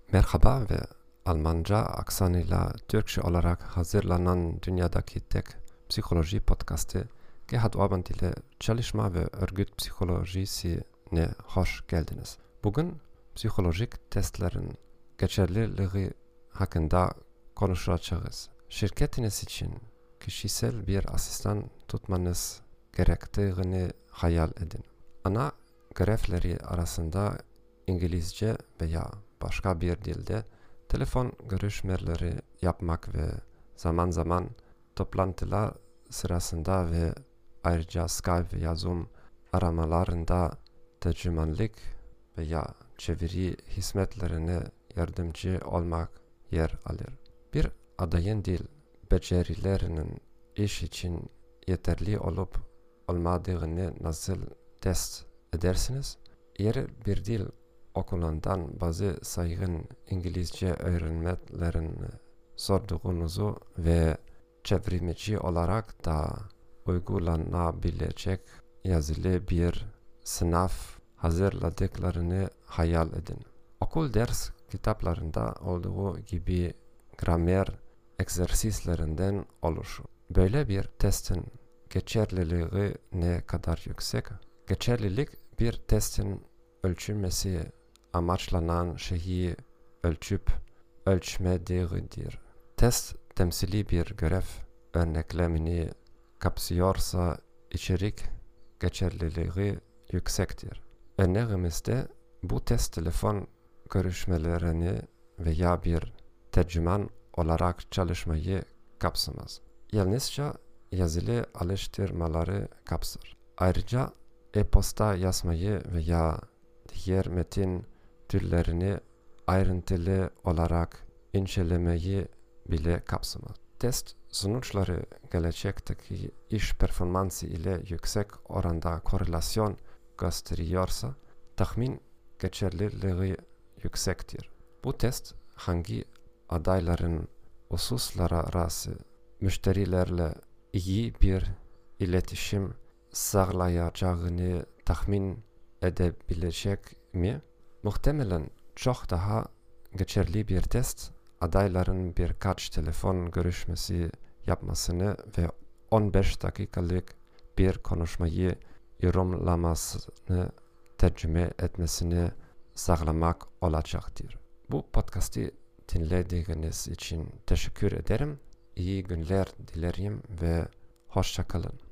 Merhaba ve Almanca aksanıyla Türkçe olarak hazırlanan dünyadaki tek psikoloji podcastı Gerhard Orban ile çalışma ve örgüt psikolojisine hoş geldiniz. Bugün psikolojik testlerin geçerliliği hakkında konuşacağız. Şirketiniz için kişisel bir asistan tutmanız gerektiğini hayal edin. Ana görevleri arasında İngilizce veya başka bir dilde telefon görüşmeleri yapmak ve zaman zaman toplantılar sırasında ve ayrıca Skype veya Zoom aramalarında tercümanlık veya çeviri hizmetlerine yardımcı olmak yer alır. Bir adayın dil becerilerinin iş için yeterli olup olmadığını nasıl test edersiniz? Eğer bir dil okulundan bazı saygın İngilizce öğrenmelerini sorduğunuzu ve çevrimiçi olarak da uygulanabilecek yazılı bir sınav hazırladıklarını hayal edin. Okul ders kitaplarında olduğu gibi gramer egzersizlerinden oluşur. Böyle bir testin geçerliliği ne kadar yüksek? Geçerlilik bir testin ölçülmesi amaçlanan şeyi ölçüp ölçmediğidir. Test temsili bir görev örneklemini kapsıyorsa içerik geçerliliği yüksektir. Örneğimizde bu test telefon görüşmelerini veya bir tercüman olarak çalışmayı kapsamaz. Yalnızca yazılı alıştırmaları kapsar. Ayrıca e-posta yazmayı veya diğer metin türlerini ayrıntılı olarak incelemeyi bile kapsamaz. Test sonuçları gelecekteki iş performansı ile yüksek oranda korelasyon gösteriyorsa tahmin geçerliliği yüksektir. Bu test hangi adayların uluslararası müşterilerle iyi bir iletişim sağlayacağını tahmin edebilecek mi? Muhtemelen çok daha geçerli bir test, adayların birkaç telefon görüşmesi yapmasını ve 15 dakikalık bir konuşmayı yorumlamasını tercüme etmesini sağlamak olacaktır. Bu podcast'i dinlediğiniz için teşekkür ederim. İyi günler dilerim ve hoşça kalın.